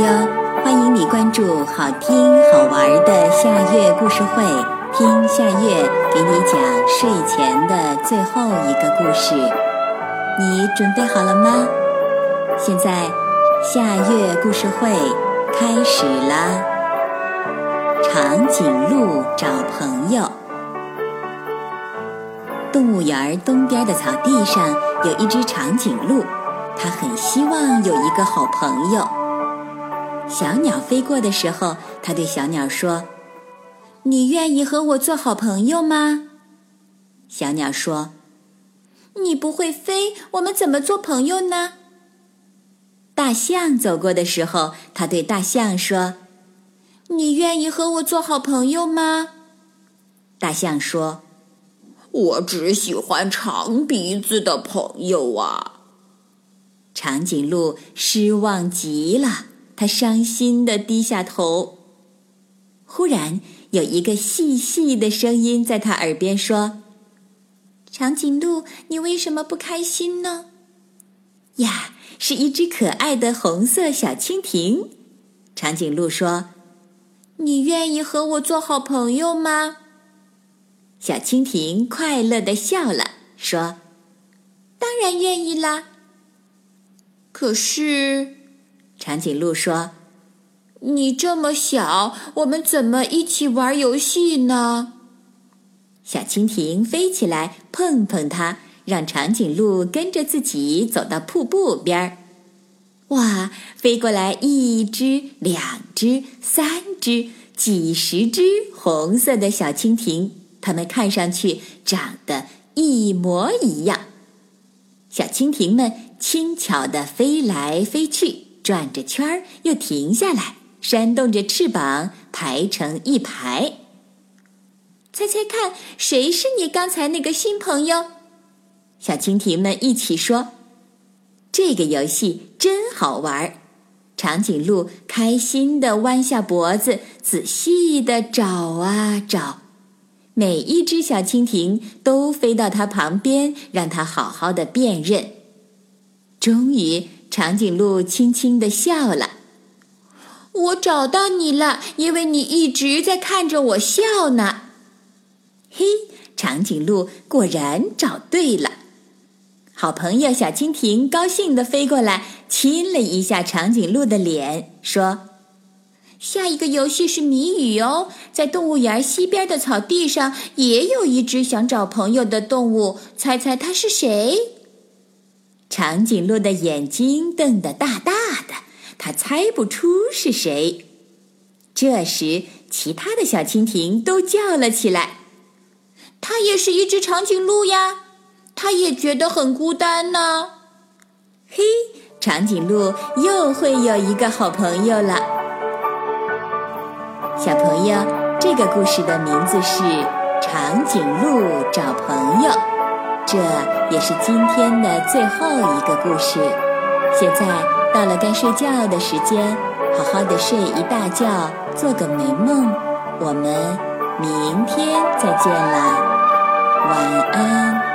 友，欢迎你关注好听好玩的夏月故事会，听夏月给你讲睡前的最后一个故事。你准备好了吗？现在夏月故事会开始啦。长颈鹿找朋友。动物园东边的草地上有一只长颈鹿，它很希望有一个好朋友。小鸟飞过的时候，它对小鸟说：“你愿意和我做好朋友吗？”小鸟说：“你不会飞，我们怎么做朋友呢？”大象走过的时候，它对大象说：“你愿意和我做好朋友吗？”大象说：“ 我只喜欢长鼻子的朋友啊。” 长颈鹿失望极了，它伤心地低下头。忽然有一个细细的声音在他耳边说：“长颈鹿，你为什么不开心呢？”呀，是一只可爱的红色小蜻蜓。长颈鹿说：“你愿意和我做好朋友吗？”小蜻蜓快乐地笑了，说：“当然愿意啦。”可是，长颈鹿说：“你这么小，我们怎么一起玩游戏呢？”小蜻蜓飞起来碰碰它，让长颈鹿跟着自己走到瀑布边儿。哇，飞过来一只、两只、三只、几十只红色的小蜻蜓，它们看上去长得一模一样。小蜻蜓们轻巧地飞来飞去，转着圈儿又停下来，扇动着翅膀，排成一排。猜猜看，谁是你刚才那个新朋友？小蜻蜓们一起说：“这个游戏真好玩。”长颈鹿开心地弯下脖子，仔细地找啊找。每一只小蜻蜓都飞到它旁边，让它好好的辨认。终于，长颈鹿轻轻地笑了：“我找到你了，因为你一直在看着我笑呢。”嘿，长颈鹿果然找对了。好朋友小蜻蜓高兴地飞过来，亲了一下长颈鹿的脸，说：“下一个游戏是谜语哦，在动物园西边的草地上也有一只想找朋友的动物，猜猜它是谁？”长颈鹿的眼睛瞪得大大的，它猜不出是谁。这时，其他的小蜻蜓都叫了起来：“它也是一只长颈鹿呀，它也觉得很孤单呢。”嘿，长颈鹿又会有一个好朋友了。小朋友，这个故事的名字是《长颈鹿找朋友》，这也是今天的最后一个故事。现在到了该睡觉的时间，好好的睡一大觉，做个美梦。我们明天再见啦，晚安。